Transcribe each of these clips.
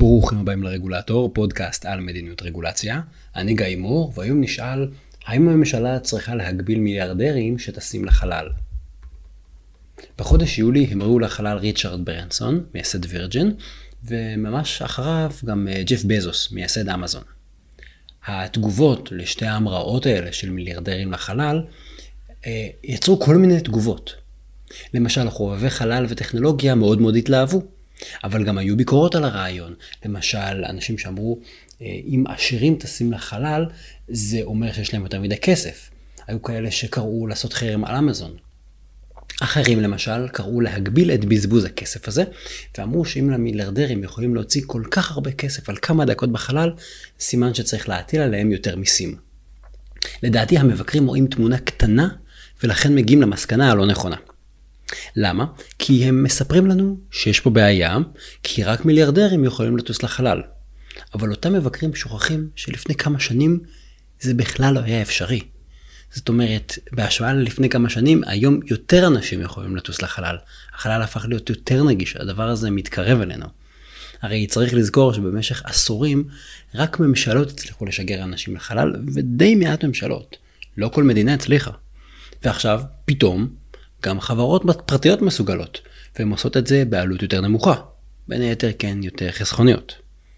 ברוכים הבאים לרגולטור, פודקאסט על מדיניות רגולציה. אני גיא מור, והיום נשאל, האם הממשלה צריכה להגביל מיליארדרים שטסים לחלל? בחודש יולי המראו לחלל ריצ'רד ברנסון, מייסד וירג'ין, וממש אחריו גם ג'ף בזוס, מייסד אמזון. התגובות לשתי ההמראות האלה של מיליארדרים לחלל, יצרו כל מיני תגובות. למשל, חובבי חלל וטכנולוגיה מאוד מאוד התלהבו. אבל גם היו ביקורות על הרעיון. למשל, אנשים שאמרו, אם עשירים טסים לחלל, זה אומר שיש להם יותר מדי כסף. היו כאלה שקראו לעשות חרם על אמזון. אחרים, למשל, קראו להגביל את בזבוז הכסף הזה, ואמרו שאם למיליארדרים יכולים להוציא כל כך הרבה כסף על כמה דקות בחלל, סימן שצריך להטיל עליהם יותר מיסים. לדעתי, המבקרים רואים תמונה קטנה, ולכן מגיעים למסקנה הלא נכונה. למה? כי הם מספרים לנו שיש פה בעיה, כי רק מיליארדרים יכולים לטוס לחלל. אבל אותם מבקרים שוכחים שלפני כמה שנים זה בכלל לא היה אפשרי. זאת אומרת, בהשוואה ללפני כמה שנים, היום יותר אנשים יכולים לטוס לחלל. החלל הפך להיות יותר נגיש, הדבר הזה מתקרב אלינו. הרי צריך לזכור שבמשך עשורים, רק ממשלות הצליחו לשגר אנשים לחלל, ודי מעט ממשלות. לא כל מדינה הצליחה. ועכשיו, פתאום, גם חברות פרטיות מסוגלות, והן עושות את זה בעלות יותר נמוכה. בין היתר כן יותר חסכוניות.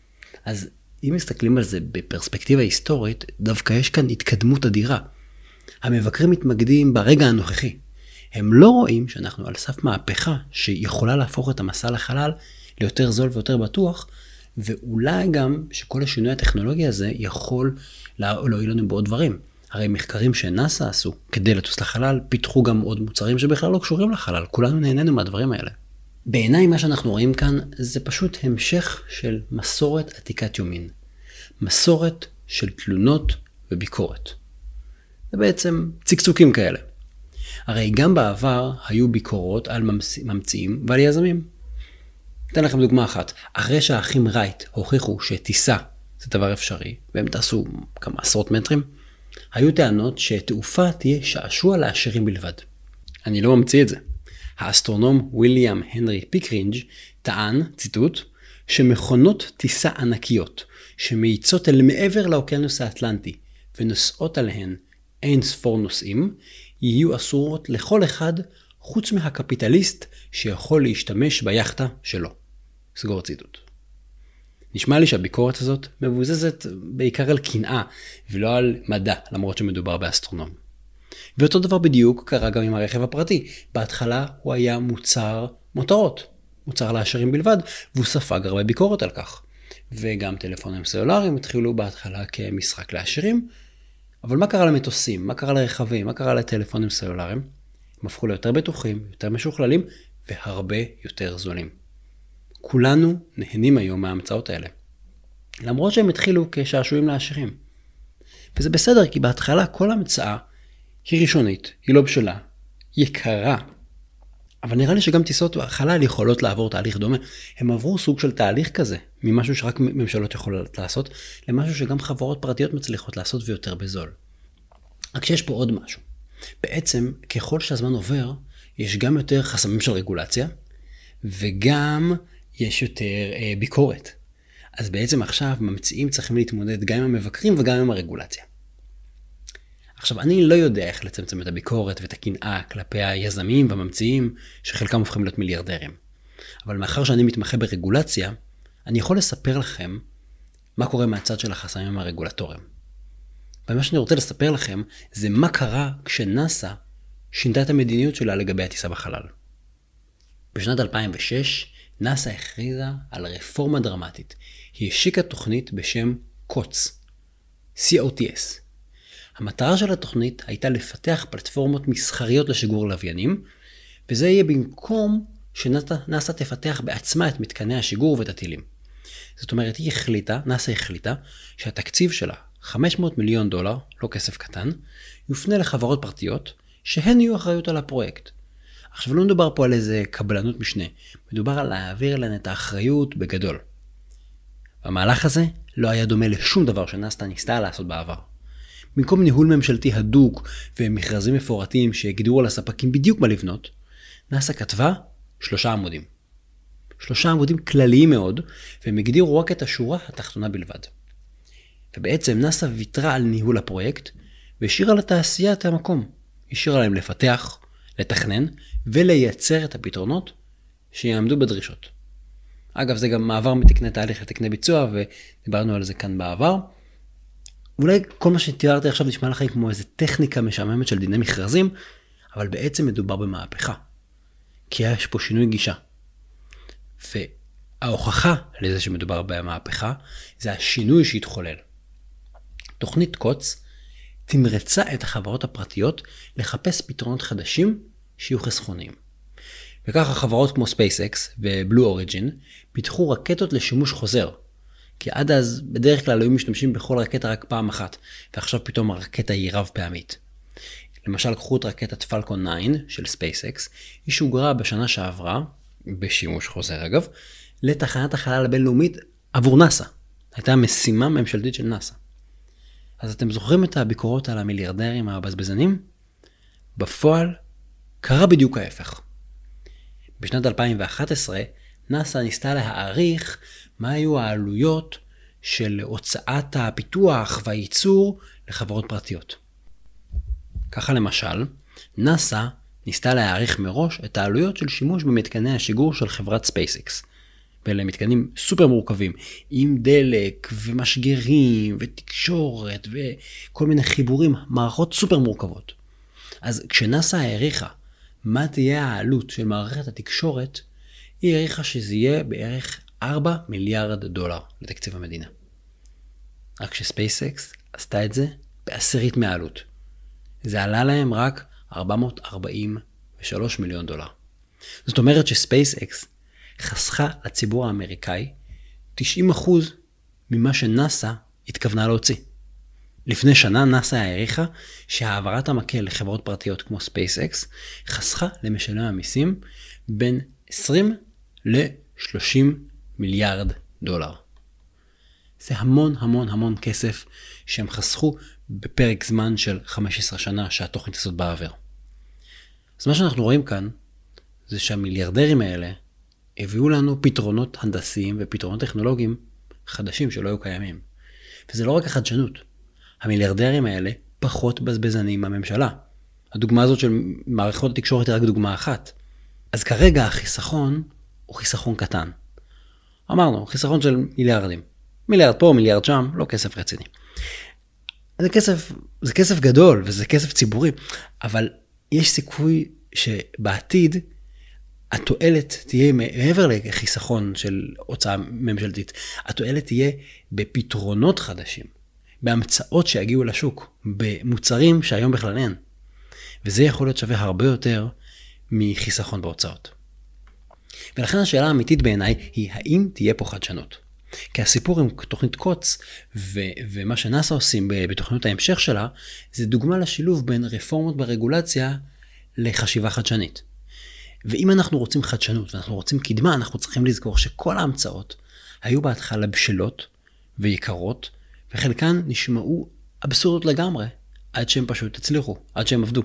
אז אם מסתכלים על זה בפרספקטיבה היסטורית, דווקא יש כאן התקדמות אדירה. המבקרים מתמקדים ברגע הנוכחי. הם לא רואים שאנחנו על סף מהפכה שיכולה להפוך את המסע לחלל ליותר זול ויותר בטוח, ואולי גם שכל השינוי הטכנולוגי הזה יכול להועיל לנו בעוד דברים. הרי מחקרים שנאסא עשו כדי לטוס לחלל, פיתחו גם עוד מוצרים שבכלל לא קשורים לחלל. כולנו נהנינו מהדברים האלה. בעיניי מה שאנחנו רואים כאן זה פשוט המשך של מסורת עתיקת יומין. מסורת של תלונות וביקורת. זה בעצם צקצוקים כאלה. הרי גם בעבר היו ביקורות על ממציאים ועל יזמים. אתן לכם דוגמה אחת. אחרי שהאחים רייט הוכיחו שטיסה זה דבר אפשרי, והם טסו כמה עשרות מטרים, היו טענות שתעופה תהיה שעשוע לעשירים בלבד. אני לא ממציא את זה. האסטרונום וויליאם הנרי פיקרינג' טען, ציטוט, שמכונות טיסה ענקיות שמאיצות אל מעבר לאוקיינוס האטלנטי ונוסעות עליהן אין ספור נוסעים, יהיו אסורות לכל אחד חוץ מהקפיטליסט שיכול להשתמש ביחטה שלו. סגור ציטוט. נשמע לי שהביקורת הזאת מבוזזת בעיקר על קנאה ולא על מדע, למרות שמדובר באסטרונום. ואותו דבר בדיוק קרה גם עם הרכב הפרטי. בהתחלה הוא היה מוצר מותרות, מוצר לעשירים בלבד, והוא ספג הרבה ביקורת על כך. וגם טלפונים סלולריים התחילו בהתחלה כמשחק לעשירים. אבל מה קרה למטוסים? מה קרה לרכבים? מה קרה לטלפונים סלולריים? הם הפכו ליותר בטוחים, יותר משוכללים והרבה יותר זולים. כולנו נהנים היום מההמצאות האלה. למרות שהם התחילו כשעשועים לעשירים. וזה בסדר, כי בהתחלה כל המצאה היא ראשונית, היא לא בשלה, יקרה. אבל נראה לי שגם טיסות החלל יכולות לעבור תהליך דומה. הם עברו סוג של תהליך כזה, ממשהו שרק ממשלות יכולות לעשות, למשהו שגם חברות פרטיות מצליחות לעשות ויותר בזול. רק שיש פה עוד משהו. בעצם, ככל שהזמן עובר, יש גם יותר חסמים של רגולציה, וגם יש יותר ביקורת. אז בעצם עכשיו ממציאים צריכים להתמודד גם עם המבקרים וגם עם הרגולציה. עכשיו, אני לא יודע איך לצמצם את הביקורת ואת הקנאה כלפי היזמים והממציאים שחלקם הופכים להיות מיליארדרים. אבל מאחר שאני מתמחה ברגולציה, אני יכול לספר לכם מה קורה מהצד של החסמים הרגולטוריים. ומה שאני רוצה לספר לכם זה מה קרה כשנאסא שינתה את המדיניות שלה לגבי הטיסה בחלל. בשנת 2006, נאסא הכריזה על רפורמה דרמטית. היא השיקה תוכנית בשם COTS. COTS. המטרה של התוכנית הייתה לפתח פלטפורמות מסחריות לשיגור לוויינים, וזה יהיה במקום שנאסא תפתח בעצמה את מתקני השיגור ואת הטילים. זאת אומרת, נאסא החליטה שהתקציב שלה, $500 מיליון, לא כסף קטן, יופנה לחברות פרטיות, שהן יהיו אחריות על הפרויקט. עכשיו לא מדובר פה על איזה קבלנות משנה, מדובר על להעביר להן את האחריות בגדול. המהלך הזה לא היה דומה לשום דבר שנאסא ניסתה לעשות בעבר. במקום ניהול ממשלתי הדוק ומכרזים מפורטים שהגדירו על הספקים בדיוק מה לבנות, נאסא כתבה 3 עמודים. 3 עמודים כלליים מאוד, והם הגדירו רק את השורה התחתונה בלבד. ובעצם נאס"א ויתרה על ניהול הפרויקט, והשאירה לתעשייה את המקום. השאירה להם לפתח, לתכנן, ולייצר את הפתרונות שיעמדו בדרישות. אגב, זה גם מעבר מתקני תהליך לתקני ביצוע, ודיברנו על זה כאן בעבר. אולי כל מה שתיארתי עכשיו נשמע לכם כמו איזו טכניקה משעממת של דיני מכרזים, אבל בעצם מדובר במהפכה. כי יש פה שינוי גישה. וההוכחה לזה שמדובר במהפכה, זה השינוי שהתחולל. תוכנית קוץ תמרצה את החברות הפרטיות לחפש פתרונות חדשים שיהיו חסכוניים. וככה חברות כמו SpaceX ו-Blue Origin פיתחו רקטות לשימוש חוזר. כי עד אז בדרך כלל היו משתמשים בכל רקטה רק פעם אחת, ועכשיו פתאום הרקטה היא רב פעמית. למשל, קחו את רקטת פלקון 9 של SpaceX, היא שוגרה בשנה שעברה, בשימוש חוזר אגב, לתחנת החלל הבינלאומית עבור נאס"א. הייתה משימה ממשלתית של נאס"א. אז אתם זוכרים את הביקורות על המיליארדרים הבזבזנים? בפועל קרה בדיוק ההפך. בשנת 2011 נאס"א ניסתה להעריך מה היו העלויות של הוצאת הפיתוח והייצור לחברות פרטיות. ככה למשל, נאס"א ניסתה להעריך מראש את העלויות של שימוש במתקני השיגור של חברת SpaceX. ואלה מתקנים סופר מורכבים, עם דלק ומשגרים ותקשורת וכל מיני חיבורים, מערכות סופר מורכבות. אז כשנאס"א העריכה מה תהיה העלות של מערכת התקשורת, היא העריכה שזה יהיה בערך $4 מיליארד לתקציב המדינה. רק שספייסקס עשתה את זה בעשירית מהעלות. זה עלה להם רק $443 מיליון. זאת אומרת שספייסקס חסכה לציבור האמריקאי 90% ממה שנאס"א התכוונה להוציא. לפני שנה נאס"א העריכה שהעברת המקל לחברות פרטיות כמו SpaceX חסכה למשלם המיסים בין 20 ל-30 מיליארד דולר. זה המון המון המון כסף שהם חסכו בפרק זמן של 15 שנה שהתוכנית הזאת בעבר. אז מה שאנחנו רואים כאן זה שהמיליארדרים האלה הביאו לנו פתרונות הנדסיים ופתרונות טכנולוגיים חדשים שלא היו קיימים. וזה לא רק החדשנות. המיליארדרים האלה פחות בזבזנים מהממשלה. הדוגמה הזאת של מערכות התקשורת היא רק דוגמה אחת. אז כרגע החיסכון הוא חיסכון קטן. אמרנו, חיסכון של מיליארדים. מיליארד פה, מיליארד שם, לא כסף רציני. זה כסף גדול וזה כסף ציבורי, אבל יש סיכוי שבעתיד התועלת תהיה מעבר לחיסכון של הוצאה ממשלתית. התועלת תהיה בפתרונות חדשים, בהמצאות שיגיעו לשוק, במוצרים שהיום בכלל אין. וזה יכול להיות שווה הרבה יותר מחיסכון בהוצאות. ולכן השאלה האמיתית בעיניי היא האם תהיה פה חדשנות. כי הסיפור עם תוכנית קוץ ומה שנאס"א עושים בתוכניות ההמשך שלה, זה דוגמה לשילוב בין רפורמות ברגולציה לחשיבה חדשנית. ואם אנחנו רוצים חדשנות ואנחנו רוצים קדמה, אנחנו צריכים לזכור שכל ההמצאות היו בהתחלה בשלות ויקרות, וחלקן נשמעו אבסורדות לגמרי, עד שהם פשוט הצליחו, עד שהם עבדו.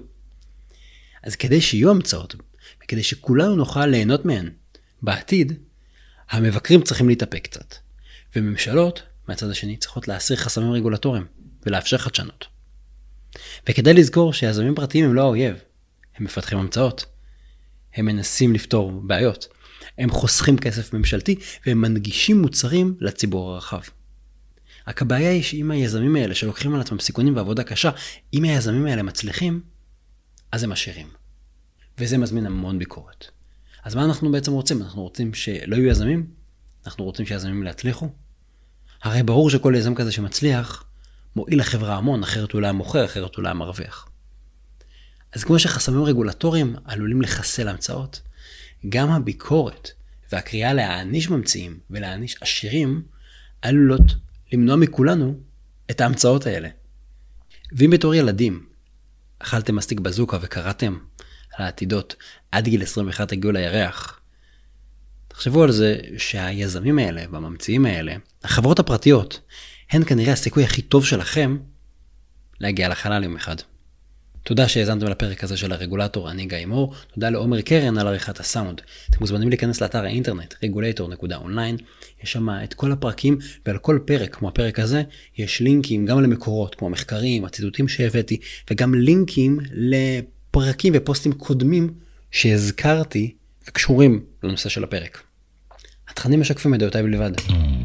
אז כדי שיהיו המצאות, וכדי שכולנו נוכל ליהנות מהן בעתיד, המבקרים צריכים להתאפק קצת. וממשלות, מהצד השני, צריכות להסיר חסמים רגולטוריים, ולאפשר חדשנות. וכדי לזכור שיזמים פרטיים הם לא האויב, הם מפתחים המצאות. הם מנסים לפתור בעיות. הם חוסכים כסף ממשלתי, והם מנגישים מוצרים לציבור הרחב. רק הבעיה היא שאם היזמים האלה שלוקחים על עצמם סיכונים ועבודה קשה, אם היזמים האלה מצליחים, אז הם עשירים. וזה מזמין המון ביקורת. אז מה אנחנו בעצם רוצים? אנחנו רוצים שלא יהיו יזמים? אנחנו רוצים שיזמים להצליחו? הרי ברור שכל יזם כזה שמצליח, מועיל לחברה המון, אחרת הוא לא היה מוכר, אחרת הוא לא היה מרוויח. אז כמו שחסמים רגולטוריים עלולים לחסל המצאות, גם הביקורת והקריאה להעניש ממציאים ולהעניש עשירים עלולות למנוע מכולנו את ההמצאות האלה. ואם בתור ילדים אכלתם מסטיק בזוקה וקראתם על העתידות עד גיל 21 הגיעו לירח, תחשבו על זה שהיזמים האלה והממציאים האלה, החברות הפרטיות, הן כנראה הסיכוי הכי טוב שלכם להגיע לחלל יום אחד. תודה שהאזנתם לפרק הזה של הרגולטור, אני גיא מור, תודה לעומר קרן על עריכת הסאונד. אתם מוזמנים להיכנס לאתר האינטרנט, regulator.online, יש שם את כל הפרקים, ועל כל פרק, כמו הפרק הזה, יש לינקים גם למקורות, כמו המחקרים, הציטוטים שהבאתי, וגם לינקים לפרקים ופוסטים קודמים שהזכרתי וקשורים לנושא של הפרק. התכנים משקפים את דעותיי בלבד.